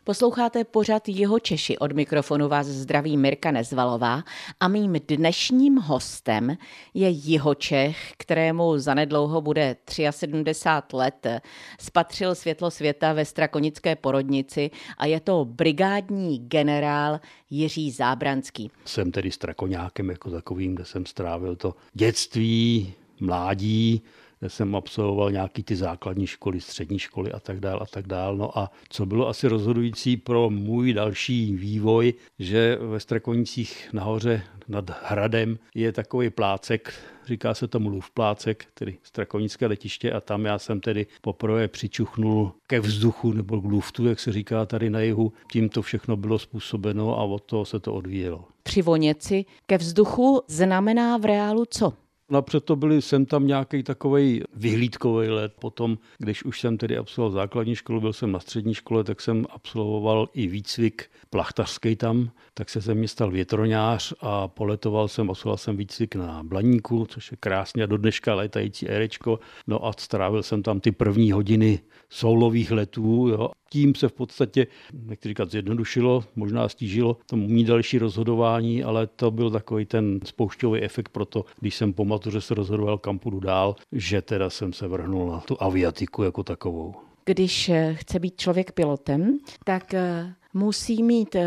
Posloucháte pořad Jihočeši, od mikrofonu vás zdraví Mirka Nezvalová a mým dnešním hostem je Jihočech, kterému zanedlouho bude 73 let. Spatřil světlo světa ve strakonické porodnici a je to brigádní generál Jiří Zábranský. Jsem tedy strakoňákem jako takovým, kde jsem strávil to dětství, mládí, kde jsem absolvoval nějaký ty základní školy, střední školy a tak dál. No a co bylo asi rozhodující pro můj další vývoj, že ve Strakonicích nahoře nad hradem je takový plácek, říká se tomu Luftplácek, tedy strakonické letiště, a tam já jsem tedy poprvé přičuchnul ke vzduchu nebo k luftu, jak se říká tady na jihu. Tím to všechno bylo způsobeno a od toho se to odvíjelo. Přivonět si ke vzduchu znamená v reálu co? Napřed to byly sem tam nějaký takovej vyhlídkový let. Potom, když už jsem tedy absolvoval základní školu, byl jsem na střední škole, tak jsem absolvoval i výcvik plachtařský tam, tak se ze mě stal větroňář a absolvoval jsem výcvik na Blaníku, což je krásně a do dneška létající érečko. No a strávil jsem tam ty první hodiny soulových letů. Jo. Tím se v podstatě, nechci říkat, zjednodušilo, možná stížilo tomu mít další rozhodování, ale to byl takový ten spoušťový efekt pro to, když jsem po matuře se rozhodoval, kam půjdu dál, že teda jsem se vrhnul na tu aviatiku jako takovou. Když chce být člověk pilotem, tak musí mít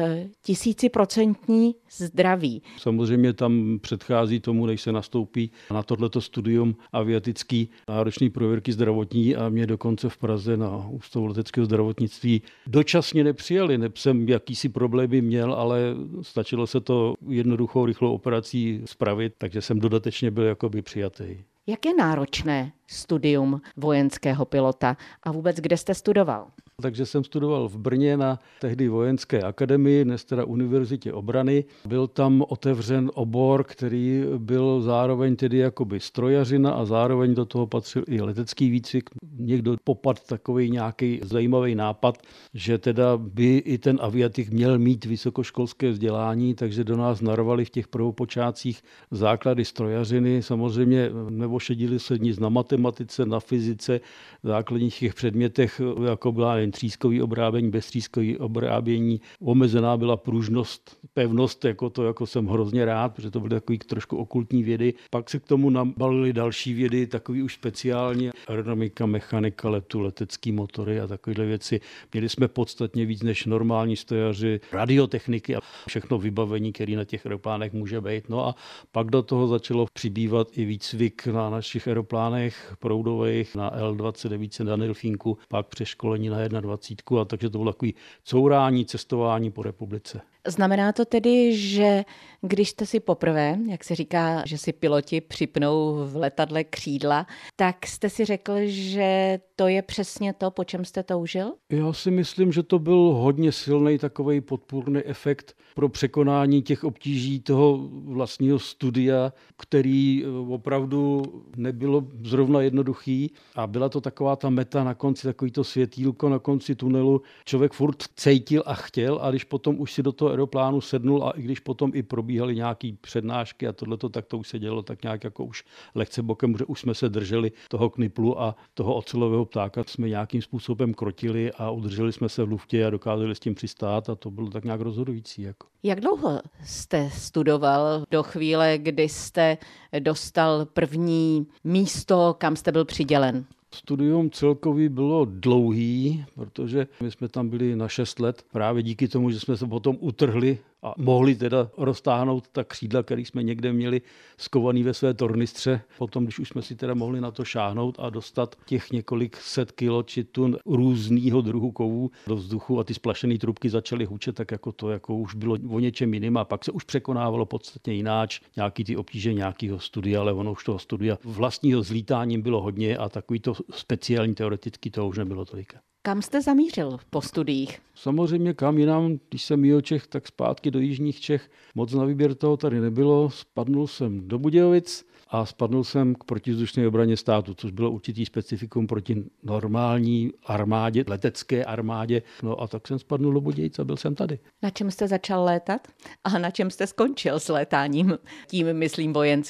1000% zdraví. Samozřejmě tam předchází tomu, než se nastoupí na tohleto studium aviatický, náročný prověrky zdravotní a mě dokonce v Praze na Ústavu leteckého zdravotnictví dočasně nepřijali. Jsem jakýsi problémy měl, ale stačilo se to jednoduchou, rychlou operací spravit, takže jsem dodatečně byl jakoby přijatý. Jak je náročné studium vojenského pilota a vůbec kde jste studoval? Takže jsem studoval v Brně na tehdy vojenské akademii, dnes teda Univerzitě obrany. Byl tam otevřen obor, který byl zároveň tedy jakoby strojařina a zároveň do toho patřil i letecký výcvik. Někdo popadl takový nějaký zajímavý nápad, že teda by i ten aviatik měl mít vysokoškolské vzdělání, takže do nás narvali v těch prvopočátcích základy strojařiny. Samozřejmě nevošedili se nic na matematice, na fyzice, základních těch předmětech, jako byla třískový obrábění, beztřískový obrábění, omezená byla pružnost, pevnost, jako jsem hrozně rád, protože to byly takový trošku okultní vědy. Pak se k tomu nabalily další vědy, takový už speciálně aerodynamika, mechanika letu, letecký motory a takovéhle věci. Měli jsme podstatně víc než normální stojaři, radiotechniky a všechno vybavení, které na těch aeroplánech může být. No a pak do toho začalo přibývat i výcvik na našich aeroplánech proudových, na L-29 na Delfínku, pak přeškolení na 21, a takže to bylo takový courání, cestování po republice. Znamená to tedy, že když jste si poprvé, jak se říká, že si piloti připnou v letadle křídla, tak jste si řekl, že to je přesně to, po čem jste toužil? Já si myslím, že to byl hodně silný takový podpůrný efekt pro překonání těch obtíží toho vlastního studia, který opravdu nebylo zrovna jednoduchý a byla to taková ta meta na konci, takový to světýlko na konci tunelu. Člověk furt cítil a chtěl, a když potom už si do toho aeroplánu sednul a i když potom i probíhaly nějaký přednášky a tohleto, tak to už se dělo tak nějak jako už lehce bokem, že už jsme se drželi toho kniplu a toho ocelového ptáka jsme nějakým způsobem krotili a udrželi jsme se v luftě a dokázali s tím přistát a to bylo tak nějak rozhodující. Jak dlouho jste studoval do chvíle, kdy jste dostal první místo, kam jste byl přidělen? Studium celkový bylo dlouhý, protože my jsme tam byli na 6 let právě díky tomu, že jsme se potom utrhli a mohli teda roztáhnout ta křídla, které jsme někde měli skovaný ve své tornistře. Potom, když už jsme si teda mohli na to šáhnout a dostat těch několik set kilo či tun různýho druhu kovů do vzduchu a ty splašené trubky začaly hučet, tak jako to jako už bylo o něčem jiným a pak se už překonávalo podstatně jináč nějaký ty obtíže nějakého studia, ale ono už toho studia vlastního zlítáním bylo hodně a takový to speciální teoreticky to už nebylo tolik. Kam jste zamířil po studiích? Samozřejmě kam jinam, když jsem Jihočech, tak zpátky do jižních Čech. Moc na výběr toho tady nebylo. Spadnul jsem do Budějovic a spadnul jsem k protivzdušné obraně státu, což bylo určitý specifikum proti normální armádě, letecké armádě. No a tak jsem spadnul do Budějic a byl jsem tady. Na čem jste začal létat a na čem jste skončil s létáním? Tím myslím vojenským.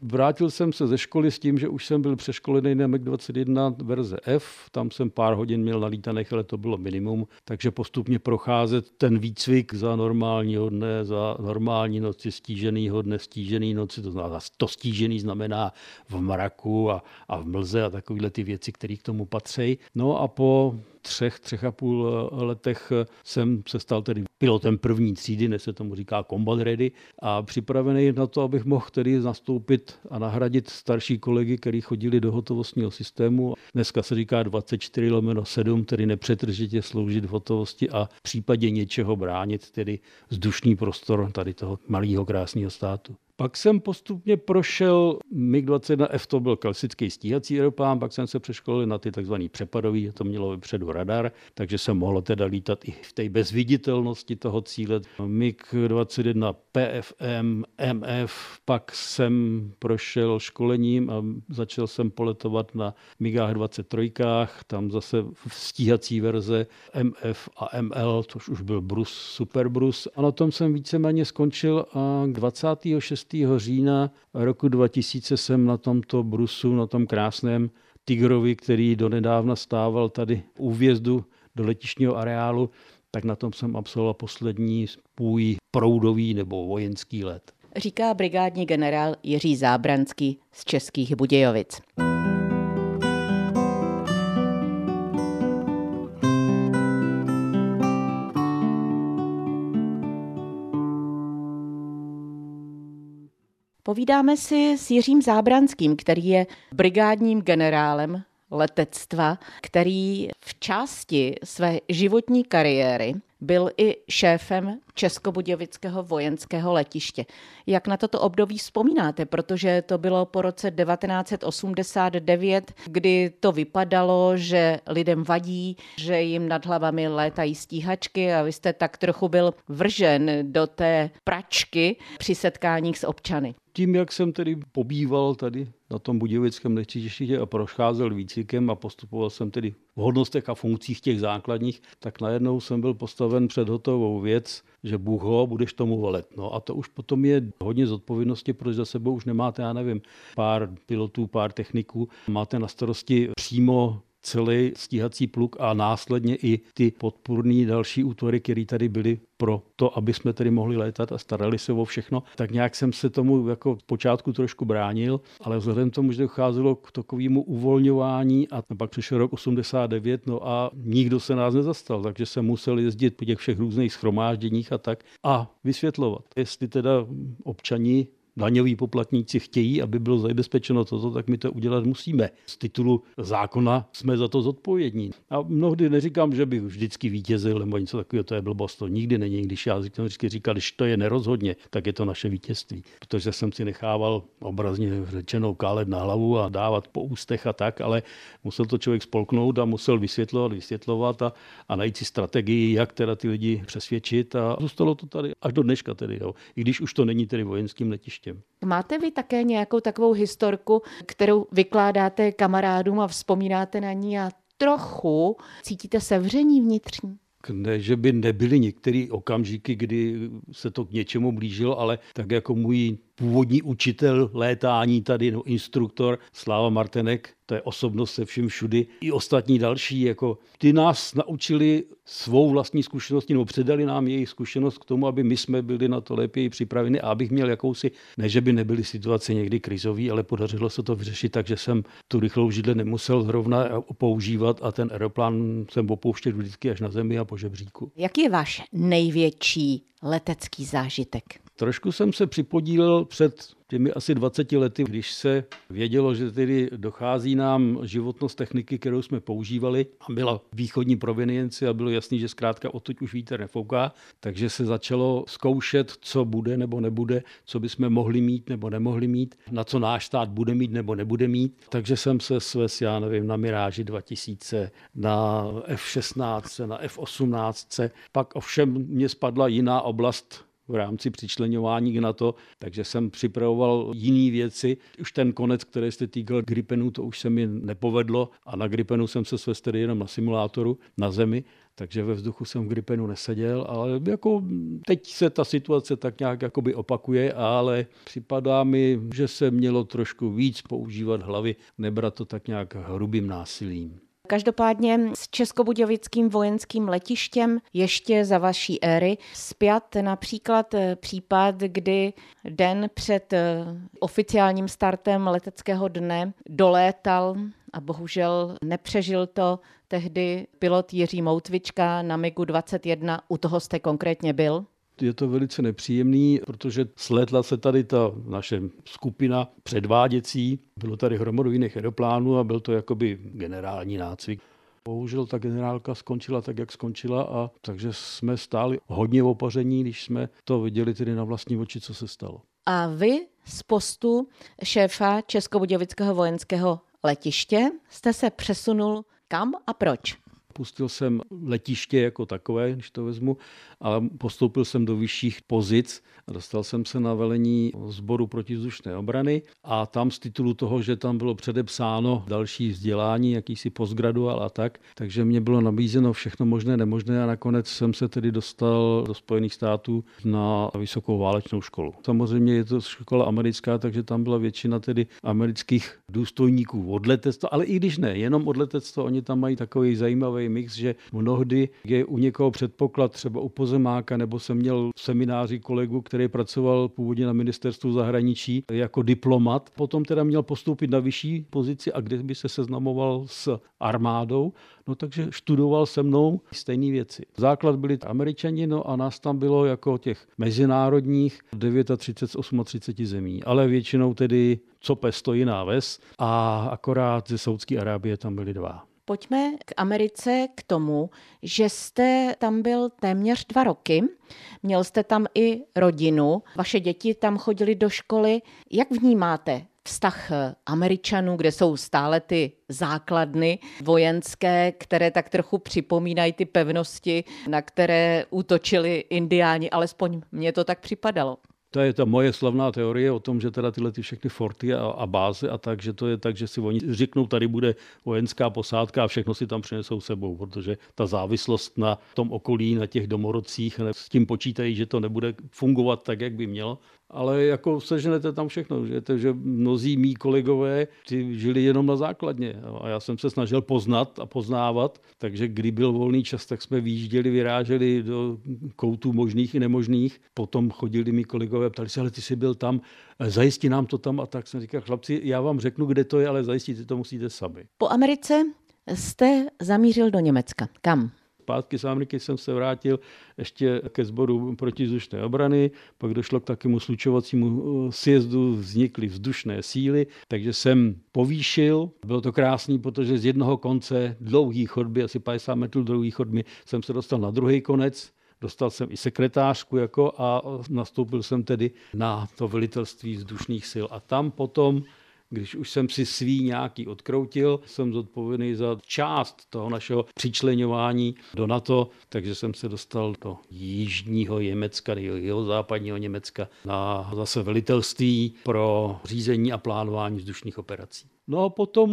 Vrátil jsem se ze školy s tím, že už jsem byl přeškolený na MiG-21 verze F, tam jsem pár hodin měl nalítaných, ale to bylo minimum, takže postupně procházet ten výcvik za normálního dne, za normální noci, stíženýho dne, stížený noci, to znamená, to stížený znamená v mraku a v mlze a takovéhle ty věci, které k tomu patří. No a po 3,5 letech jsem se stal tedy pilotem první třídy, než se tomu říká combat ready, a připravený na to, abych mohl tedy nastoupit a nahradit starší kolegy, kteří chodili do hotovostního systému. Dneska se říká 24/7, tedy nepřetržitě sloužit v hotovosti a v případě něčeho bránit tedy vzdušný prostor tady toho malého krásného státu. Pak jsem postupně prošel MiG-21F, to byl klasický stíhací aeroplán, pak jsem se přeškolil na ty takzvaný přepadový, to mělo vepředu radar, takže jsem mohl teda lítat i v té bezviditelnosti toho cíle. MiG-21 PFM, MF, pak jsem prošel školením a začal jsem poletovat na MiG-23, tam zase stíhací verze MF a ML, což už byl Brus, Super Brus. A na tom jsem víceméně skončil a 26. října roku 2000 jsem na tomto Brusu, na tom krásném Tigrovi, který donedávna stával tady u vjezdu do letištního areálu, tak na tom jsem absolvoval poslední svůj proudový nebo vojenský let. Říká brigádní generál Jiří Zábranský z Českých Budějovic. Povídáme si s Jiřím Zábranským, který je brigádním generálem letectva, který v části své životní kariéry byl i šéfem Českobudějovického vojenského letiště. Jak na toto období vzpomínáte? Protože to bylo po roce 1989, kdy to vypadalo, že lidem vadí, že jim nad hlavami létají stíhačky a vy jste tak trochu byl vržen do té pračky při setkáních s občany. Tím, jak jsem tedy pobýval tady na tom budějovickém letišti a procházel výcvikem a postupoval jsem tedy v hodnostech a funkcích těch základních, tak najednou jsem byl postaven před hotovou věc, že Bůh budeš tomu velet. No a to už potom je hodně zodpovědnosti, protože za sebou už nemáte, pár pilotů, pár techniků, máte na starosti přímo celý stíhací pluk a následně i ty podpůrné další útvory, které tady byly pro to, aby jsme tedy mohli létat a starali se o všechno. Tak nějak jsem se tomu jako počátku trošku bránil, ale vzhledem tomu, že docházelo k takovému uvolňování a pak přišel rok 89, no a nikdo se nás nezastal, takže jsem musel jezdit po těch všech různých shromážděních a tak a vysvětlovat, jestli teda občani daňoví poplatníci chtějí, aby bylo zabezpečeno toto, tak my to udělat musíme. Z titulu zákona jsme za to zodpovědní. A mnohdy neříkám, že bych vždycky vítězil nebo něco takového, to je blbost, to nikdy není. Když já vždycky říkal, když to je nerozhodně, tak je to naše vítězství. Protože jsem si nechával obrazně řečenou kálet na hlavu a dávat po ústech a tak, ale musel to člověk spolknout a musel vysvětlovat a najít si strategii, jak teda ty lidi přesvědčit a zůstalo to tady až do dneška tedy, jo. I když už to není tedy vojenským letištěm. Máte vy také nějakou takovou historku, kterou vykládáte kamarádům a vzpomínáte na ní a trochu cítíte sevření vnitřní? Ne, že by nebyly některé okamžiky, kdy se to k něčemu blížilo, ale tak jako můj původní učitel létání tady, instruktor Sláva Martenek, to je osobnost se vším všudy, i ostatní další, jako ty nás naučili svou vlastní zkušenosti, nebo předali nám jejich zkušenost k tomu, aby my jsme byli na to lépe připraveni a abych měl jakousi, ne, že by nebyly situace někdy krizový, ale podařilo se to vyřešit, takže jsem tu rychlou židli nemusel zrovna používat a ten aeroplán jsem opouštěl vždycky až na zemi a po žebříku. Jaký je váš největší letecký zážitek? Trošku jsem se připodílel před těmi asi 20 lety, když se vědělo, že tedy dochází nám životnost techniky, kterou jsme používali a byla východní provenienci a bylo jasný, že zkrátka odtud už vítr nefouká, takže se začalo zkoušet, co bude nebo nebude, co bychom mohli mít nebo nemohli mít, na co náš stát bude mít nebo nebude mít. Takže jsem se svez, na Mirage 2000, na F-16, na F-18, pak ovšem mě spadla jiná oblast v rámci přičleňování k NATO, takže jsem připravoval jiné věci. Už ten konec, který se týkal Gripenu, to už se mi nepovedlo a na Gripenu jsem se svést tedy jenom na simulátoru na zemi, takže ve vzduchu jsem v Gripenu neseděl, ale jako teď se ta situace tak nějak jakoby opakuje, ale připadá mi, že se mělo trošku víc používat hlavy, nebrat to tak nějak hrubým násilím. Každopádně s českobudějovickým vojenským letištěm ještě za vaší éry spjat například případ, kdy den před oficiálním startem leteckého dne dolétal a bohužel nepřežil to tehdy pilot Jiří Moutvička na MiGu 21. U toho jste konkrétně byl? Je to velice nepříjemný, protože slétla se tady ta naše skupina předváděcí, bylo tady hromadu jiných aeroplánů a byl to jakoby generální nácvik. Bohužel ta generálka skončila tak, jak skončila, a takže jsme stáli hodně opaření, když jsme to viděli tedy na vlastní oči, co se stalo. A vy z postu šéfa Českobudějovického vojenského letiště jste se přesunul kam a proč? Pustil jsem letiště jako takové, když to vezmu, ale postoupil jsem do vyšších pozic a dostal jsem se na velení sboru protivzdušné obrany a tam z titulu toho, že tam bylo předepsáno další vzdělání, jakýsi postgraduál a tak, takže mě bylo nabízeno všechno možné, nemožné a nakonec jsem se tedy dostal do Spojených států na vysokou válečnou školu. Samozřejmě je to škola americká, takže tam byla většina tedy amerických důstojníků od letectva, ale i když ne, jenom od letectva, oni tam mají takový zajímavý mix, že mnohdy je u někoho předpoklad třeba u pozemáka, nebo jsem měl v semináři kolegu, který pracoval původně na ministerstvu zahraničí jako diplomat, potom teda měl postoupit na vyšší pozici a kde by se seznamoval s armádou, no takže študoval se mnou stejné věci. Základ byli Američani, no a nás tam bylo jako těch mezinárodních 39 z 38 zemí, ale většinou tedy COPES, to jiná ves, a akorát ze Saúdské Arábie tam byli 2. Pojďme k Americe, k tomu, že jste tam byl téměř 2 roky. Měl jste tam i rodinu, vaše děti tam chodily do školy. Jak vnímáte vztah Američanů, kde jsou stále ty základny vojenské, které tak trochu připomínají ty pevnosti, na které útočili indiáni, alespoň mně to tak připadalo. To je ta moje slavná teorie o tom, že teda tyhle ty všechny forty a báze a tak, že to je tak, že si oni řeknou, tady bude vojenská posádka a všechno si tam přinesou sebou, protože ta závislost na tom okolí, na těch domorodcích, s tím počítají, že to nebude fungovat tak, jak by mělo. Ale jako seženete tam všechno, že mnozí mý kolegové ty žili jenom na základně a já jsem se snažil poznat a poznávat, takže kdy byl volný čas, tak jsme vyjížděli, vyráželi do koutů možných i nemožných. Potom chodili mý kolegové a ptali se, ale ty jsi byl tam, zajistí nám to tam a tak jsem říkal, chlapci, já vám řeknu, kde to je, ale zajistit to musíte sami. Po Americe jste zamířil do Německa. Kam? Zpátky z Ameriky jsem se vrátil ještě ke sboru protivzdušné obrany, pak došlo k takému slučovacímu sjezdu, vznikly vzdušné síly, takže jsem povýšil. Bylo to krásný, protože z jednoho konce dlouhý chodby, asi 50 metrů dlouhý chodby, jsem se dostal na druhý konec. Dostal jsem i sekretářku a nastoupil jsem tedy na to velitelství vzdušných sil. A tam potom, když už jsem si svý nějaký odkroutil, jsem zodpovědný za část toho našeho přičleňování do NATO, takže jsem se dostal do jižního Německa, do západního Německa na zase velitelství pro řízení a plánování vzdušných operací. No a potom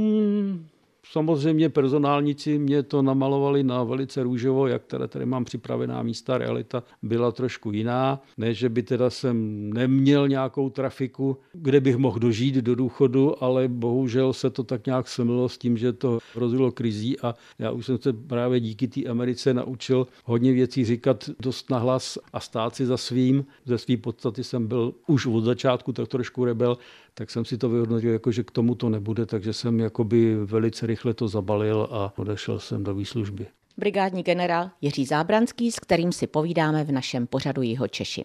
samozřejmě personálníci mě to namalovali na velice růžovo, jak teda tady mám připravená místa, realita byla trošku jiná. Ne, že by teda jsem neměl nějakou trafiku, kde bych mohl dožít do důchodu, ale bohužel se to tak nějak semlilo s tím, že to hrozilo krizí a já už jsem se právě díky té Americe naučil hodně věcí říkat dost nahlas a stát si za svým. Ze své podstaty jsem byl už od začátku tak trošku rebel, tak jsem si to vyhodnotil, jako že k tomu to nebude, takže jsem jakoby velice rychle to zabalil a odešel jsem do výslužby. Brigádní generál Jiří Zábranský, s kterým si povídáme v našem pořadu Jihočeši.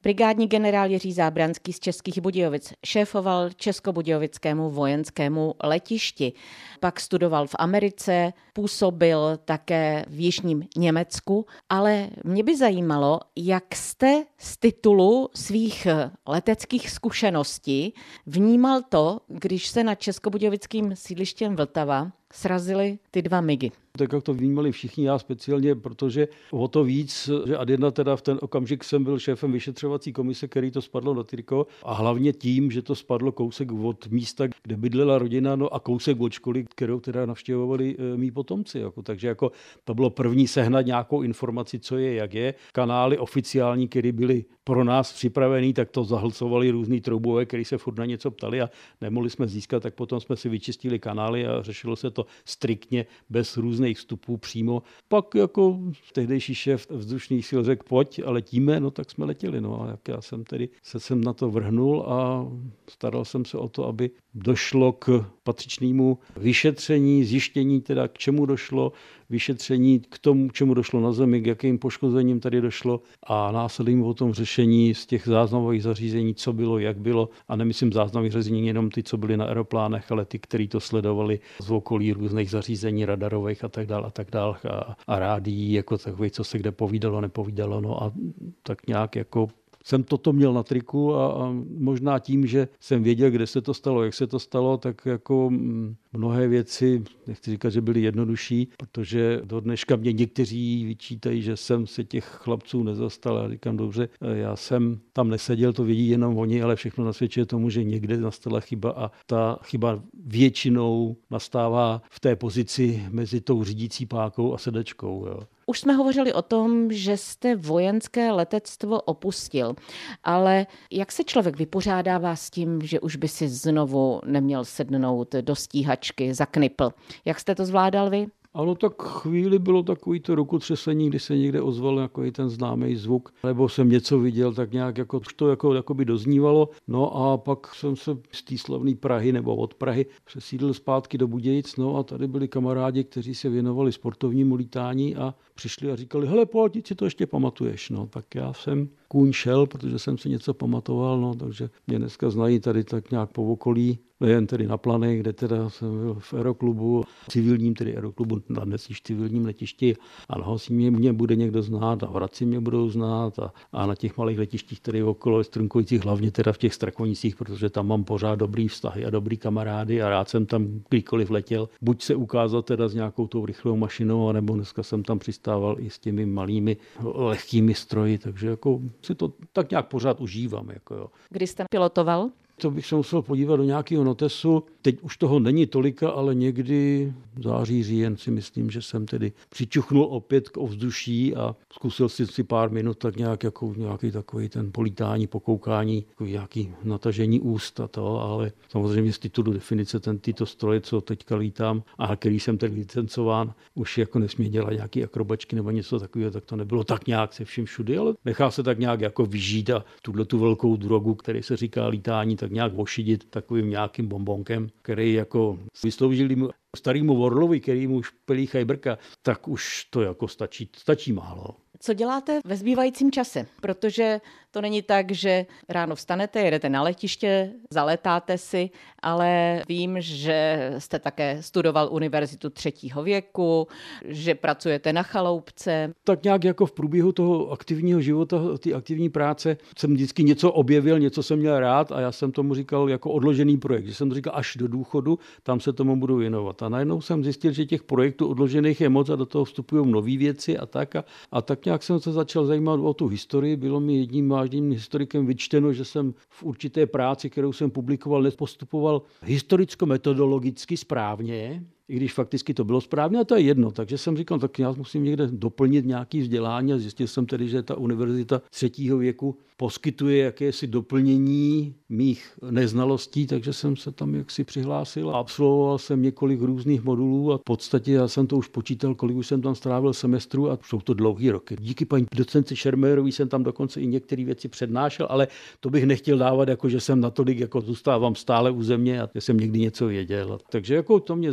Brigádní generál Jiří Zábranský z Českých Budějovic šéfoval Českobudějovickému vojenskému letišti. Pak studoval v Americe, působil také v jižním Německu, ale mě by zajímalo, jak jste z titulu svých leteckých zkušeností vnímal to, když se nad českobudějovickým sídlištěm Vltava srazily ty 2 MIGy. Tak jak to vnímali všichni, já speciálně, protože o to víc, že ad jedna teda v ten okamžik jsem byl šéfem vyšetřovací komise, který to spadlo na triko, a hlavně tím, že to spadlo kousek od místa, kde bydlela rodina, no a kousek od školy, kterou teda navštěvovali mý potomci. Takže to bylo první sehnat nějakou informaci, co je, jak je. Kanály oficiální, které byly pro nás připravený, tak to zahlcovali různý troubové, který se furt na něco ptali a nemohli jsme získat, tak potom jsme si vyčistili kanály a řešilo se to striktně bez různých vstupů přímo. Pak jako tehdejší šéf vzdušných sil řekl, pojď a letíme, no tak jsme letěli. No a jak já jsem tedy se na to vrhnul a staral jsem se o to, aby došlo k patřičnému vyšetření, zjištění teda k čemu došlo, vyšetření k tomu, čemu došlo na zemi, k jakým poškozením tady došlo a následně o tom řešení z těch záznamových zařízení, co bylo, jak bylo. A nemyslím záznamových zařízení jenom ty, co byly na aeroplánech, ale ty, kteří to sledovali z okolí různých zařízení radarových a tak dále a rádií jako takových, co se kde povídalo, nepovídalo. No a tak nějak jako jsem toto měl na triku a možná tím, že jsem věděl, kde se to stalo, jak se to stalo, tak jako mnohé věci, nechci říkat, že byly jednodušší, protože do dneška mě někteří vyčítají, že jsem se těch chlapců nezastal. Já říkám, dobře, já jsem tam neseděl, to vědí jenom oni, ale všechno nasvědčuje tomu, že někde nastala chyba a ta chyba většinou nastává v té pozici mezi tou řídící pákou a sedačkou. Jo. Už jsme hovořili o tom, že jste vojenské letectvo opustil, ale jak se člověk vypořádává s tím, že už by si znovu neměl sednout do stíhačky za knipl? Jak jste to zvládal vy? Ano, tak chvíli bylo takový to rukotřesení, kdy se někde ozval jako ten známý zvuk, nebo jsem něco viděl, tak nějak jako to jako by doznívalo. No a pak jsem se z té slavné Prahy nebo od Prahy přesídlil zpátky do Budějic, no a tady byli kamarádi, kteří se věnovali sportovnímu lítání a přišli a říkali, hele, pojď, si to ještě pamatuješ. No tak já jsem kůň šel, protože jsem si něco pamatoval, no takže mě dneska znají tady tak nějak po okolí, nejen tedy na Planech, kde teda jsem byl v aeroklubu, civilním tedy aeroklubu, na dnes již civilním letišti a na Hosíně mě bude někdo znát a v Hradci mě budou znát a na těch malých letištích, které okolo Strunkovicích, hlavně teda v těch Strakonicích, protože tam mám pořád dobrý vztahy a dobrý kamarády a rád jsem tam kdykoliv letěl. Buď se ukázat teda s nějakou tou rychlou mašinou, nebo dneska jsem tam přistával i s těmi malými lehkými stroji, takže jako si to tak nějak pořád užívám. Jako jo. Kdy jste pilotoval? To bych se musel podívat do nějakého notesu. Teď už toho není tolika, ale někdy v září, říjen si myslím, že jsem tedy přičuchnul opět k ovzduší a zkusil si pár minut tak nějak jako nějaký takový ten polítání, pokoukání, nějaký natažení úst a to, ale samozřejmě z titulu definice tyto stroje, co teďka lítám a který jsem tedy licencován, už jako nesmí dělat nějaký akrobačky nebo něco takového, tak to nebylo tak nějak se vším všudy, ale nechá se tak nějak jako vyžít a tu velkou drogu, který se říká lítání, tak nějak ošidit takovým nějakým bombonkem, který jako vysloužili mu starýmu Orlovi, který mu už pelí chajbrka, tak už to jako stačí málo. Co děláte ve zbývajícím čase? Protože to není tak, že ráno vstanete, jedete na letiště, zaletáte si, ale vím, že jste také studoval univerzitu 3. věku, že pracujete na chaloupce. Tak nějak jako v průběhu toho aktivního života, té aktivní práce jsem vždycky něco objevil, něco jsem měl rád a já jsem tomu říkal jako odložený projekt, že jsem to říkal až do důchodu, tam se tomu budu věnovat. A najednou jsem zjistil, že těch projektů odložených je moc a do toho vstupují nové věci a tak nějak jsem se začal zajímat o tu historii. Bylo mi jedním vážným historikem vyčteno, že jsem v určité práci, kterou jsem publikoval, nepostupoval historicko-metodologicky správně, i když fakticky to bylo správně, a to je jedno. Takže jsem říkal, tak já musím někde doplnit nějaké vzdělání a zjistil jsem tedy, že ta univerzita 3. věku poskytuje jakési doplnění mých neznalostí, takže jsem se tam jaksi přihlásil a absolvoval jsem několik různých modulů a v podstatě já jsem to už počítal, kolik už jsem tam strávil semestru a jsou to dlouhý roky. Díky paní docence Šermérový jsem tam dokonce i některé věci přednášel, ale to bych nechtěl dávat, jako že jsem natolik jako zůstávám stále u země a že jsem někdy něco věděl. Takže jako to mě zajímá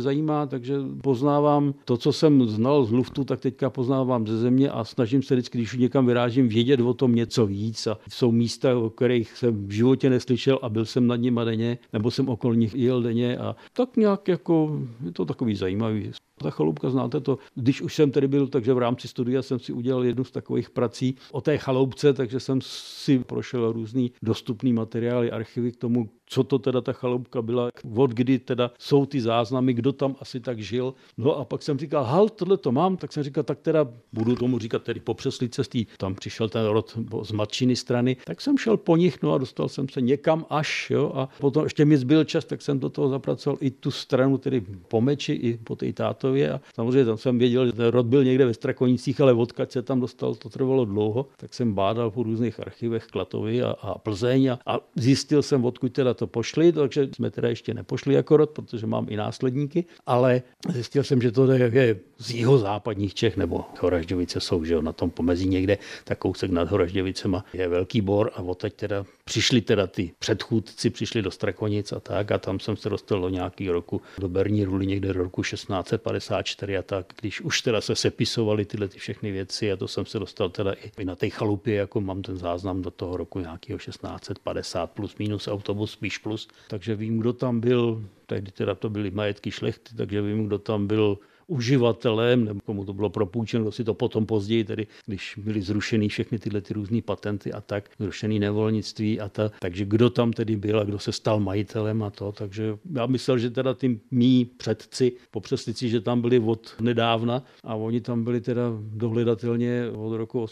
zkušená, takže poznávám to, co jsem znal z luftu, tak teďka poznávám ze země a snažím se vždycky, když někam vyrážím, vědět o tom něco víc. A jsou místa, o kterých jsem v životě neslyšel a byl jsem nad nimi denně, nebo jsem okolo nich jel denně a tak nějak jako je to takový zajímavý. Ta chaloupka, znáte to, když už jsem tady byl, takže v rámci studia jsem si udělal jednu z takových prací o té chaloupce, takže jsem si prošel různý dostupný materiály, archivy k tomu, co to teda ta chaloupka byla, od kdy teda jsou ty záznamy, kdo tam asi tak žil. No a pak jsem říkal, tohle to mám, tak jsem říkal, tak teda budu tomu říkat tedy po přesliceství. Tam přišel ten rod z matčiny strany, tak jsem šel po nich, no a dostal jsem se někam až, jo, a potom ještě mi zbyl čas, tak jsem do toho zapracoval i tu stranu, tedy po Meči, i po té tátově a samozřejmě tam jsem věděl, že ten rod byl někde ve Strakonicích, ale odkud se tam dostal, to trvalo dlouho, tak jsem bádal po různých archivech Klatovy a Plzeň a zjistil jsem, odkud teda to pošli, takže jsme teda ještě nepošli jako rod, protože mám i následníky, ale zjistil jsem, že to je z jihozápadních Čech, nebo Horažďovice jsou, že jo, na tom pomezí někde, tak kousek nad Horažďovicema je Velký Bor a odteď teda přišli teda ty předchůdci, přišli do Strakonic a tak a tam jsem se dostal do nějakého roku, do Berní Ruly někde do roku 1654 a tak, když už teda se sepisovaly tyhle ty všechny věci a to jsem se dostal teda i na té chalupě, jako mám ten záznam do toho roku nějakého 1650 plus minus autobus spíš plus, takže vím, kdo tam byl, tehdy teda to byly majetky šlechty, takže vím, kdo tam byl uživatelem, nebo komu to bylo propůjčeno, kdo si to potom později, tedy když byly zrušeny všechny tyhle ty různý patenty a tak, zrušený nevolnictví a takže kdo tam tedy byl a kdo se stal majitelem a to, takže já myslel, že teda ty mí předci po Přeslici, že tam byli od nedávna a oni tam byli teda dohledatelně od roku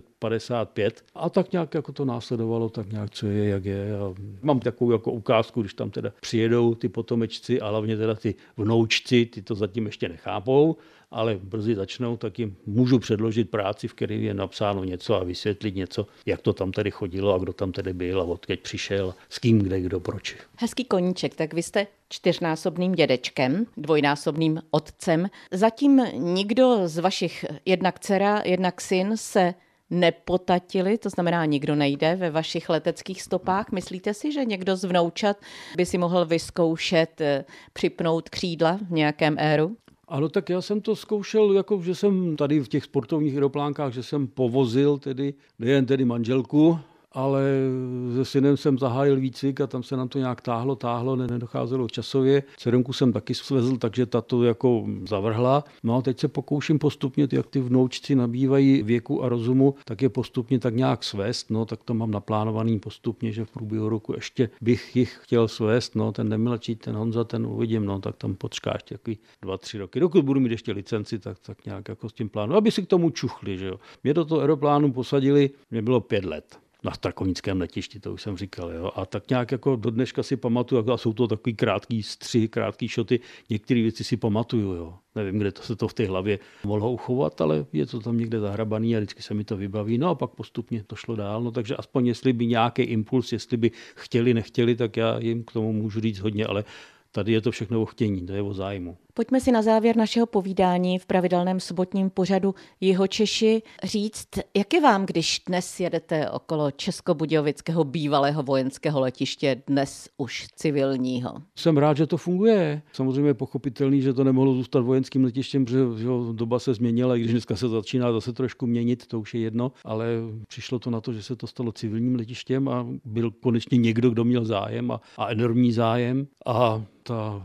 1855 a tak nějak jako to následovalo, tak nějak co je, jak je. A mám takovou jako ukázku, když tam teda přijedou ty potomečci a hlavně teda ty vnoučci, ty to zatím ještě nechápou, ale brzy začnou, tak jim můžu předložit práci, v které je napsáno něco a vysvětlit něco, jak to tam tedy chodilo a kdo tam tedy byl a odkud přišel, s kým, kde, kdo, proč. Hezký koníček, tak vy jste 4násobným dědečkem, 2násobným otcem. Zatím nikdo z vašich, jednak dcera, jednak syn, se nepotatili, to znamená, nikdo nejde ve vašich leteckých stopách. Myslíte si, že někdo z vnoučat by si mohl vyzkoušet připnout křídla v nějakém éru? Ano, tak já jsem to zkoušel, jako že jsem tady v těch sportovních aeroplánkách, že jsem povozil tedy nejen tedy manželku, ale se synem jsem zahájil výcvik a tam se nám to nějak táhlo, nedocházelo časově. Dcerunku jsem taky svezl, takže ta to jako zavrhla. No a teď se pokouším postupně, jak ty vnoučci nabývají věku a rozumu, tak je postupně tak nějak svést, no tak to mám naplánovaný postupně, že v průběhu roku ještě bych jich chtěl svést, no ten nemilčí, ten Honza, ten uvidím, no tak tam počká ještě takový 2-3 roky. Dokud budu mít ještě licenci, tak nějak jako s tím plánu, aby si k tomu čuchli, že jo. Mě do toho aeroplánu posadili, mě bylo 5 let. Na Strakonickém letišti, to už jsem říkal. Jo. A tak nějak jako do dneška si pamatuju, a jsou to takový krátký střihy, krátký šoty, některé věci si pamatuju. Jo. Nevím, kde to se to v té hlavě mohlo uchovat, ale je to tam někde zahrabaný a vždycky se mi to vybaví. No a pak postupně to šlo dál. No, takže aspoň jestli by nějaký impuls, jestli by chtěli, nechtěli, tak já jim k tomu můžu říct hodně, ale tady je to všechno o chtění, to je o zájmu. Pojďme si na závěr našeho povídání v pravidelném sobotním pořadu Jihočeši říct, jak je vám, když dnes jedete okolo Českobudějovického bývalého vojenského letiště, dnes už civilního? Jsem rád, že to funguje. Samozřejmě je pochopitelný, že to nemohlo zůstat vojenským letištěm, protože doba se změnila, i když dneska se začíná zase trošku měnit, to už je jedno, ale přišlo to na to, že se to stalo civilním letištěm a byl konečně někdo, kdo měl zájem a enormní zájem a ta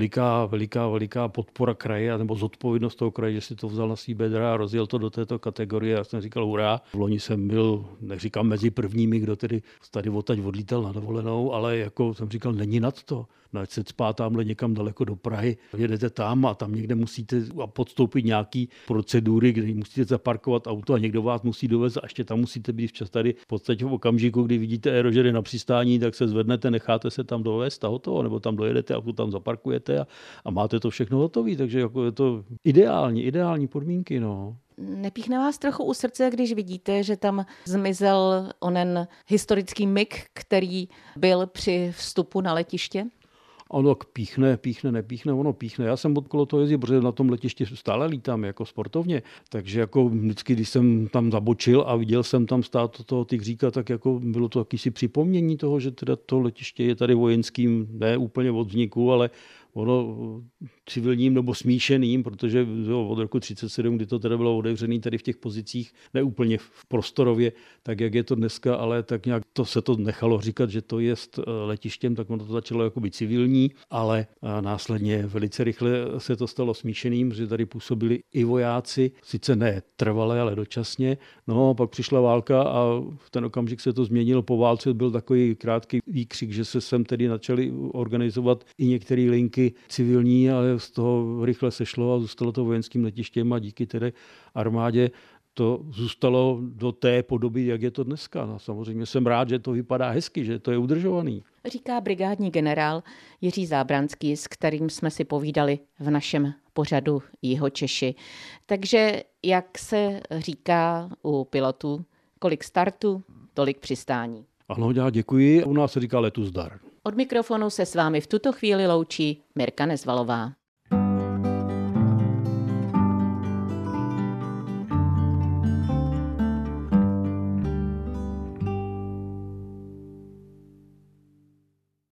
veliká podpora kraje nebo zodpovědnost toho kraje, že si to vzal na svý bedra a rozjel to do této kategorie. Já jsem říkal hurá. V loni jsem byl, neříkám mezi prvními, kdo tedy tady odtaď odlítal na dovolenou, ale jako jsem říkal, není nad to. Ať se cpá tamhle někam daleko do Prahy, jedete tam a tam někde musíte podstoupit nějaký procedury, kde musíte zaparkovat auto a někdo vás musí dovést a ještě tam musíte být včas tady. V podstatě v okamžiku, kdy vidíte aerožery na přistání, tak se zvednete, necháte se tam dovést a hotovo, nebo tam dojedete a tam zaparkujete a máte to všechno hotové, takže jako je to ideální podmínky, no. Nepíchne vás trochu u srdce, když vidíte, že tam zmizel onen historický mik, který byl při vstupu na letiště? Ono nepíchne, ono píchne. Já jsem okolo toho jezdil, protože na tom letišti stále lítám jako sportovně, takže jako vždycky, když jsem tam zabočil a viděl jsem tam stát toho tygříka, tak jako bylo to jakýsi připomnění toho, že teda to letiště je tady vojenským, ne úplně od vzniku, ale ono civilním nebo smíšeným, protože od roku 1937, kdy to teda bylo otevřené tady v těch pozicích, ne úplně v prostorově, tak jak je to dneska, ale tak nějak se to nechalo říkat, že to je letištěm, tak ono to začalo jako být civilní, ale následně velice rychle se to stalo smíšeným, že tady působili i vojáci, sice ne trvale, ale dočasně. No, pak přišla válka a v ten okamžik se to změnilo. Po válce byl takový krátký výkřik, že se sem tedy začaly organizovat i některé linky civilní, ale z toho rychle sešlo a zůstalo to vojenským letištěm a díky tedy armádě to zůstalo do té podoby, jak je to dneska. No, samozřejmě jsem rád, že to vypadá hezky, že to je udržovaný. Říká brigádní generál Jiří Zábranský, s kterým jsme si povídali v našem pořadu Jihočeši. Takže, jak se říká u pilotů, kolik startu, tolik přistání. Ano, já děkuji. U nás se říká letu zdar. Od mikrofonu se s vámi v tuto chvíli loučí Mirka Nezvalová.